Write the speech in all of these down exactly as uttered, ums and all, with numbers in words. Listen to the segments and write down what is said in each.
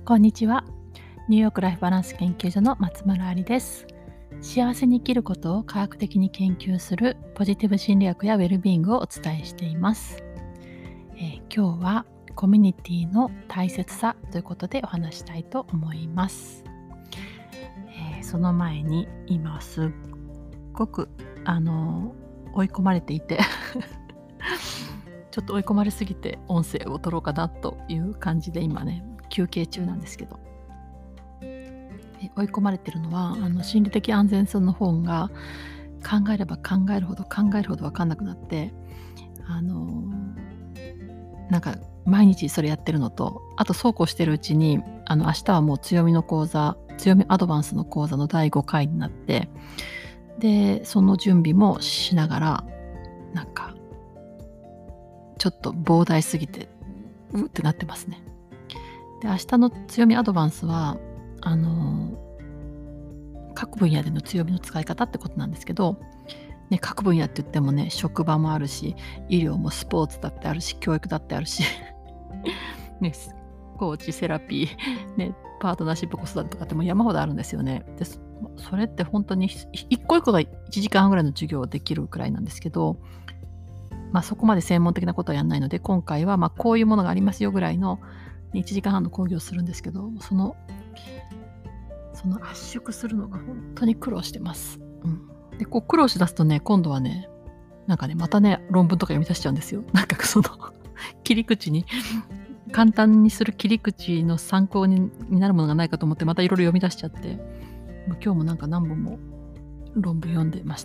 こんにちは。ニューヨークライフバランス研究所の松村ありです。幸せに生きることを科学的に研究するポジティブ心理学やウェルビーイングをお伝えしています。えー、今日はコミュニティの大切さということでお話したいと思います。えー、その前に今すっごくあの追い込まれていてちょっと追い込まれすぎて音声を取ろうかなという感じで今ね休憩中なんですけど、え追い込まれてるのはあの心理的安全性の本が考えれば考えるほど考えるほど分かんなくなって、あのなんか毎日それやってるのと、あとそうこうしてるうちにあの明日はもう強みの講座強みアドバンスの講座のだいごかいになって、でその準備もしながらなんかちょっと膨大すぎてうってなってますね。で明日の強みアドバンスはあの各分野での強みの使い方ってことなんですけど、ね、各分野って言ってもね職場もあるし、医療もスポーツだってあるし、教育だってあるし、ね、コーチセラピー、ね、パートナーシップ子育てとかっても山ほどあるんですよね。で そ, それって本当に一個一個がいちじかんはんぐらいの授業できるくらいなんですけど、まあ、そこまで専門的なことはやらないので、今回はまあこういうものがありますよぐらいのいちじかんはんの講義をするんですけど、そのその圧縮するのが本当に苦労してます。うん、でこう苦労しだすとね、今度はねなんかねまたね論文とか読み出しちゃうんですよ。なんかその切り口に簡単にする切り口の参考 に, になるものがないかと思ってまたいろいろ読み出しちゃって、もう今日もなんか何本も論文読んでました。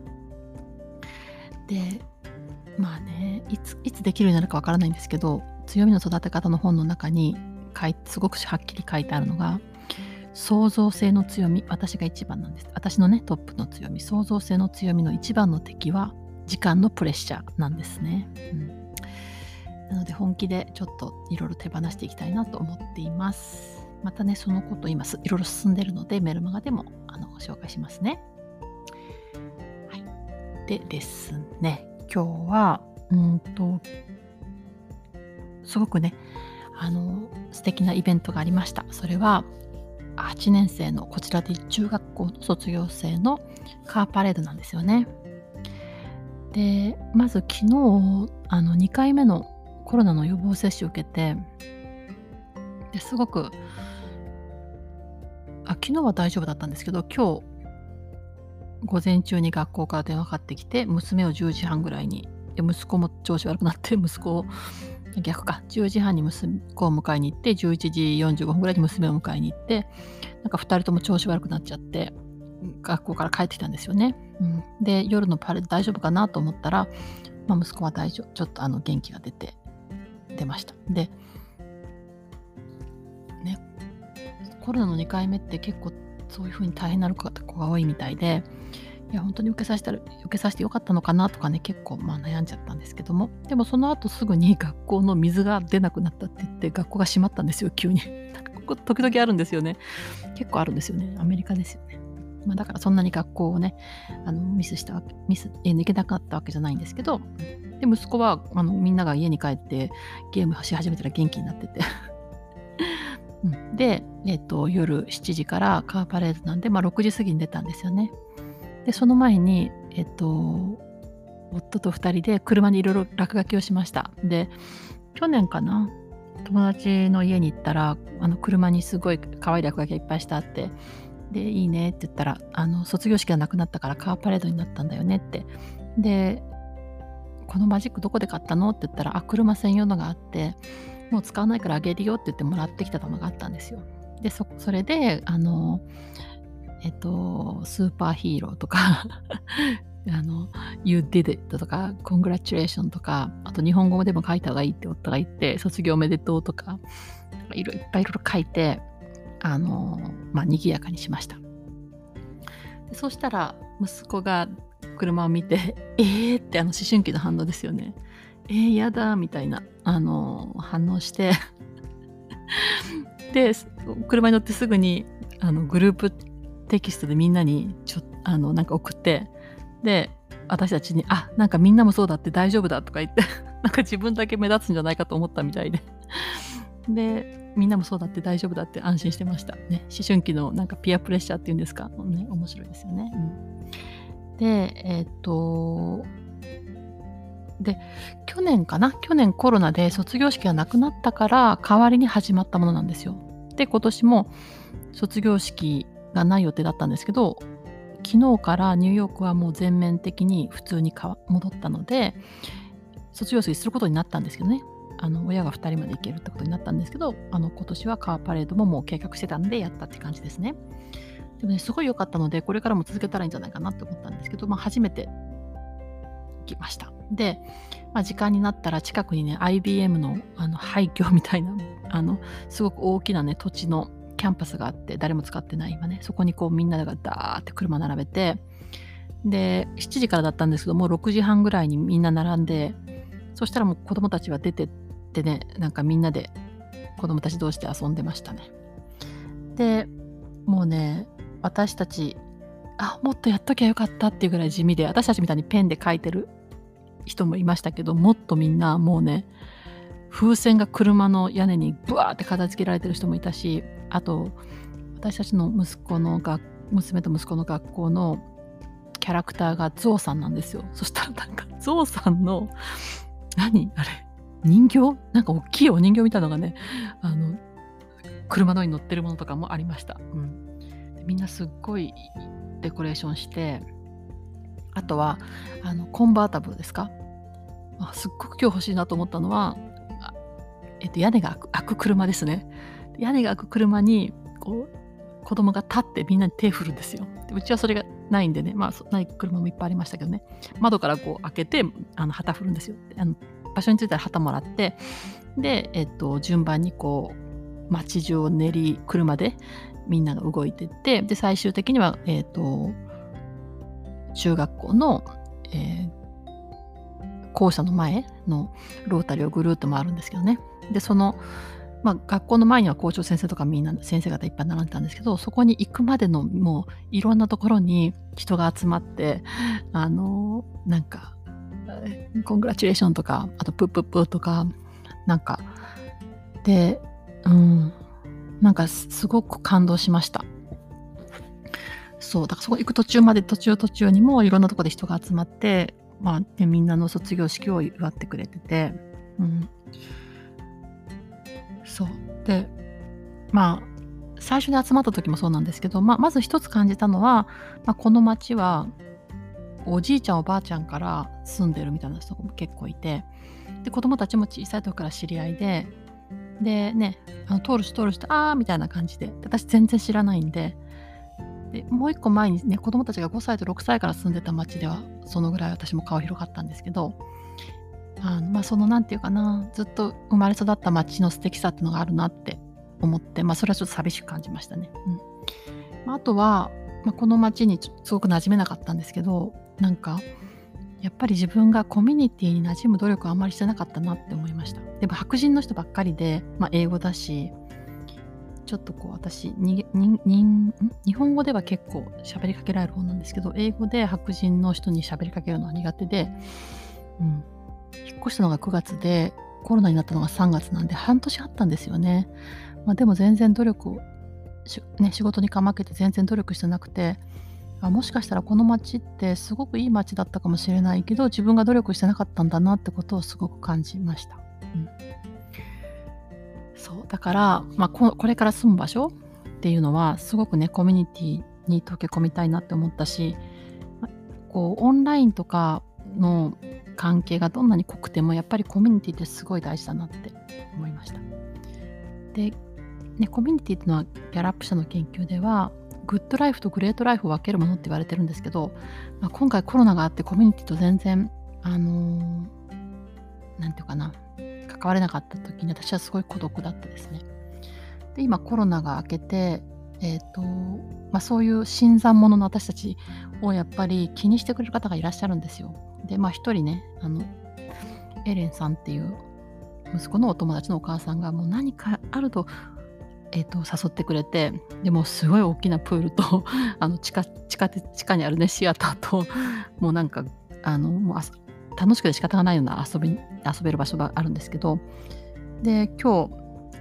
でまあねいついつできるようになるかわからないんですけど、強みの育て方の本の中に書いすごくはっきり書いてあるのが、創造性の強み、私が一番なんです。私のねトップの強み、創造性の強みの一番の敵は時間のプレッシャーなんですね。うん、なので本気でちょっといろいろ手放していきたいなと思っています。またねそのこと今いろいろ進んでるのでメルマガでもあのご紹介しますね。はい、でですね、今日はうんとすごくねあの素敵なイベントがありました。それははちねん生のこちらで中学校の卒業生のカーパレードなんですよね。でまず昨日あのにかいめのコロナの予防接種を受けて、ですごくあ昨日は大丈夫だったんですけど、今日午前中に学校から電話かかってきて、娘をじゅうじはんぐらいに、で息子も調子悪くなって息子を逆かじゅうじはんに息子を迎えに行って、じゅういちじよんじゅうごふんぐらいに娘を迎えに行って、なんかふたりとも調子悪くなっちゃって学校から帰ってきたんですよね。うん、で夜のパレード大丈夫かなと思ったら、まあ、息子は大丈夫、ちょっとあの元気が出て出ました。でねコロナのにかいめって結構そういう風に大変なる子が多いみたいで、いや本当に受けさせたら受けさせてよかったのかなとかね、結構まあ悩んじゃったんですけども、でもその後すぐに学校の水が出なくなったって言って学校が閉まったんですよ、急に。なんかここ時々あるんですよね。結構あるんですよね。アメリカですよね。まあ、だからそんなに学校をねあのミスしたわけミスえ抜けなかったわけじゃないんですけど、で息子はあのみんなが家に帰ってゲームし始めたら元気になっててうん、で、えっと、夜しちじからカーパレードなんで、まあ、ろくじ過ぎに出たんですよね。でその前に、えっと、夫とふたりで車にいろいろ落書きをしました。で去年かな、友達の家に行ったらあの車にすごい可愛い落書きがいっぱいしてあって、でいいねって言ったら、あの卒業式がなくなったからカーパレードになったんだよねって。でこのマジックどこで買ったのって言ったら、あ車専用のがあってもう使わないからあげるよって言ってもらってきたのがあったんですよ。で そ, それであのえっとスーパーヒーローとかあの You did it とか Congratulation とか、あと日本語でも書いた方がいいって夫が言って、卒業おめでとうとかいろいっぱいいろいろ書いて、あのまあ賑やかにしました。でそうしたら息子が車を見てえーってあの思春期の反応ですよね。えーやだみたいなあの反応してで車に乗ってすぐにあのグループテキストでみんなにちょあのなんか送って、で私たちにあなんかみんなもそうだって大丈夫だとか言ってなんか自分だけ目立つんじゃないかと思ったみたいででみんなもそうだって大丈夫だって安心してましたね。思春期のなんかピアプレッシャーっていうんですか、ね、面白いですよね。うん、でえーっとで去年かな去年コロナで卒業式がなくなったから代わりに始まったものなんですよ。で今年も卒業式がない予定だったんですけど、昨日からニューヨークはもう全面的に普通にかわ戻ったので、卒業式することになったんですけどね。あの親がふたりまで行けるってことになったんですけど、あの今年はカーパレードももう計画してたんでやったって感じですね。でもねすごい良かったのでこれからも続けたらいいんじゃないかなって思ったんですけど、まあ、初めて行きました。で、まあ、時間になったら近くにね アイビーエム の, あの廃墟みたいなあのすごく大きなね土地のキャンパスがあって、誰も使ってない今ね、そこにこうみんながダーって車並べて、でしちじからだったんですけどもうろくじはんぐらいにみんな並んで、そしたらもう子供たちは出てってね、なんかみんなで子供たち同士で遊んでましたね。でもうね私たちあもっとやっときゃよかったっていうぐらい地味で、私たちみたいにペンで書いてる人もいましたけど、もっとみんなもうね風船が車の屋根にブワーって片付けられてる人もいたし、あと私たちの息子のが娘と息子の学校のキャラクターがゾウさんなんですよ。そしたらなんかゾウさんの何あれ人形なんか大きいお人形みたいなのがね、あの車の上に乗ってるものとかもありました。うん、でみんなすっごいデコレーションして、あとはあのコンバータブルですか、あすっごく今日欲しいなと思ったのは、えっと、屋根が開く、開く車ですね。屋根が開く車にこう子供が立ってみんなに手振るんですよ。でうちはそれがないんでね、まあない車もいっぱいありましたけどね、窓からこう開けてあの旗振るんですよ。あの場所に着いたら旗もらって、で、えっと、順番にこう街中を練り車でみんなが動いてって、で最終的には、えっと、中学校の、えー校舎の前のロータリーをぐるっと回るんですけどね。でその、まあ、学校の前には校長先生とかみんな先生方いっぱい並んでたんですけど、そこに行くまでのもういろんなところに人が集まって、あのなんかコングラチュレーションとか、あとプップップとかなんかで、うんなんかすごく感動しました。そうだからそこ行く途中まで途中途中にもいろんなところで人が集まって、まあね、みんなの卒業式を祝ってくれてて、うん、そうでまあ最初に集まった時もそうなんですけど、まあ、まず一つ感じたのは、まあ、この町はおじいちゃんおばあちゃんから住んでるみたいな人も結構いて、で子供たちも小さい時から知り合いで、でねあの通る人通る人あーみたいな感じで、私全然知らないんで、でもう一個前にね子供たちがごさいとろくさいから住んでた町ではそのぐらい私も顔広かったんですけど、あのまあそのなんていうかな、ずっと生まれ育った町の素敵さっていうのがあるなって思って、まあそれはちょっと寂しく感じましたね。うんまあ、あとは、まあ、この町にすごく馴染めなかったんですけど、なんかやっぱり自分がコミュニティに馴染む努力をあんまりしてなかったなって思いました。でも白人の人ばっかりで、まあ、英語だし、ちょっとこう私にににん日本語では結構喋りかけられる方なんですけど、英語で白人の人に喋りかけるのは苦手で、うん、引っ越したのがくがつでコロナになったのがさんがつなんで半年あったんですよね。まあ、でも全然努力をし、ね、仕事にかまけて全然努力してなくて、あもしかしたらこの町ってすごくいい町だったかもしれないけど自分が努力してなかったんだなってことをすごく感じました。うんそうだから、まあ、こ, これから住む場所っていうのはすごくねコミュニティに溶け込みたいなって思ったし、まこうオンラインとかの関係がどんなに濃くてもやっぱりコミュニティってすごい大事だなって思いました。で、ね、コミュニティっていうのはギャラップ社の研究ではグッドライフとグレートライフを分けるものって言われてるんですけど、まあ、今回コロナがあってコミュニティと全然あのー、なんていうかな関われなかった時に私はすごい孤独だったですね。で今コロナが明けて、えーとまあ、そういう新参者の私たちをやっぱり気にしてくれる方がいらっしゃるんですよ。でまあ一人ねあのエレンさんっていう息子のお友達のお母さんがもう何かあると,、えーと誘ってくれて、でもすごい大きなプールとあの地下地下地下にあるねシアターともうなんかあのもう楽しくて仕方がないような遊び遊べる場所があるんですけど、で今日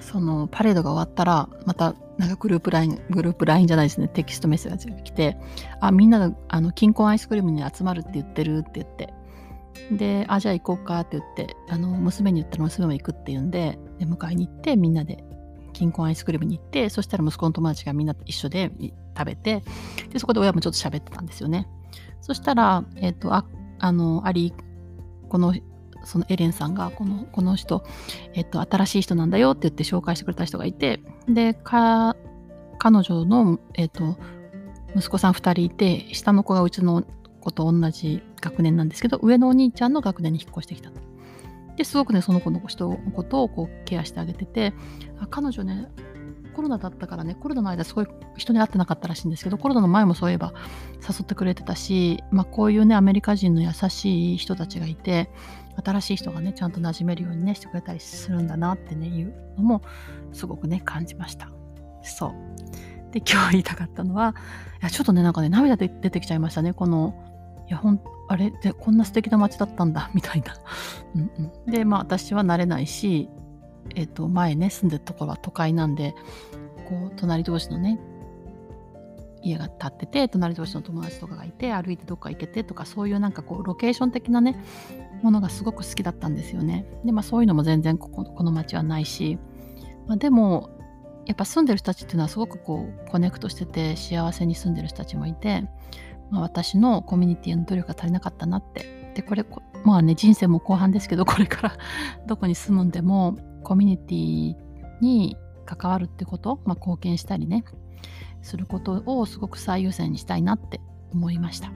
そのパレードが終わったらまたなんかグループライングループラインじゃないですね、テキストメッセージが来て、あ、みんながあの金婚アイスクリームに集まるって言ってるって言って、で、あ、じゃあ行こうかって言って、あの娘に言ったら娘も行くって言うんで、で迎えに行ってみんなで金婚アイスクリームに行って、そしたら息子の友達がみんな一緒で食べて、でそこで親もちょっと喋ってたんですよね。そしたら、えっと、あ、あのアリこのそのエレンさんがこのこの人、えっと、新しい人なんだよって言って紹介してくれた人がいて、でか彼女の、えっと、息子さんふたりいて、下の子がうちの子と同じ学年なんですけど、上のお兄ちゃんの学年に引っ越してきたと。ですごくねその子の人のことをこうケアしてあげてて、あ、彼女ねコロナだったからね、コロナの間すごい人に会ってなかったらしいんですけど、コロナの前もそういえば誘ってくれてたし、まあ、こういうねアメリカ人の優しい人たちがいて、新しい人がねちゃんと馴染めるようにねしてくれたりするんだなってねいうのもすごくね感じました。そうで、今日言いたかったのは、いやちょっとねなんかね涙で出てきちゃいましたね。このいやほんあれでこんな素敵な街だったんだみたいなうん、うん、でまあ私は慣れないし、えっと、前ね住んでるところは都会なんで、こう隣同士のね家が建ってて、隣同士の友達とかがいて、歩いてどっか行けてとか、そういうなんかこうロケーション的なねものがすごく好きだったんですよね。でまあそういうのも全然こここの街はないし、まあ、でもやっぱ住んでる人たちっていうのはすごくこうコネクトしてて幸せに住んでる人たちもいて、まあ、私のコミュニティの努力が足りなかったなって。でこれまあね人生も後半ですけど、これからどこに住むんでもコミュニティに関わるってこと、まあ、貢献したりねすることをすごく最優先にしたいなって思いました。うん、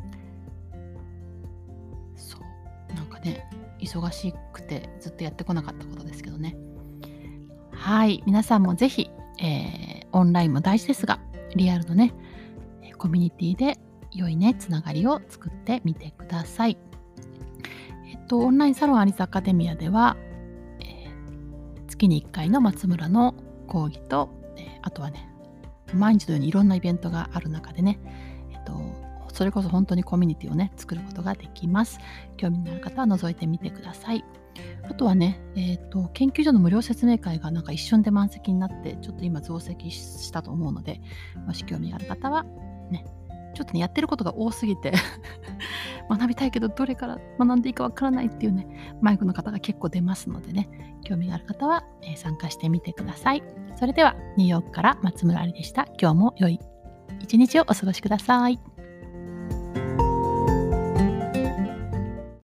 そうなんかね忙しくてずっとやってこなかったことですけどね。はい、皆さんもぜひ、えー、オンラインも大事ですがリアルのねコミュニティで良いねつながりを作ってみてください。えっとオンラインサロンアリスアカデミアでは、えー、月にいっかいの松村の講義と、えー、あとはね毎日のようにいろんなイベントがある中でね、えっとそれこそ本当にコミュニティをね作ることができます。興味のある方は覗いてみてください。あとはね、えーと、研究所の無料説明会がなんか一瞬で満席になってちょっと今増席したと思うので、もし興味がある方はね、ちょっとねやってることが多すぎて学びたいけどどれから学んでいいかわからないっていうね迷子の方が結構出ますのでね、興味がある方は、えー、参加してみてください。それではニューヨークから松村ありでした。今日も良い一日をお過ごしください。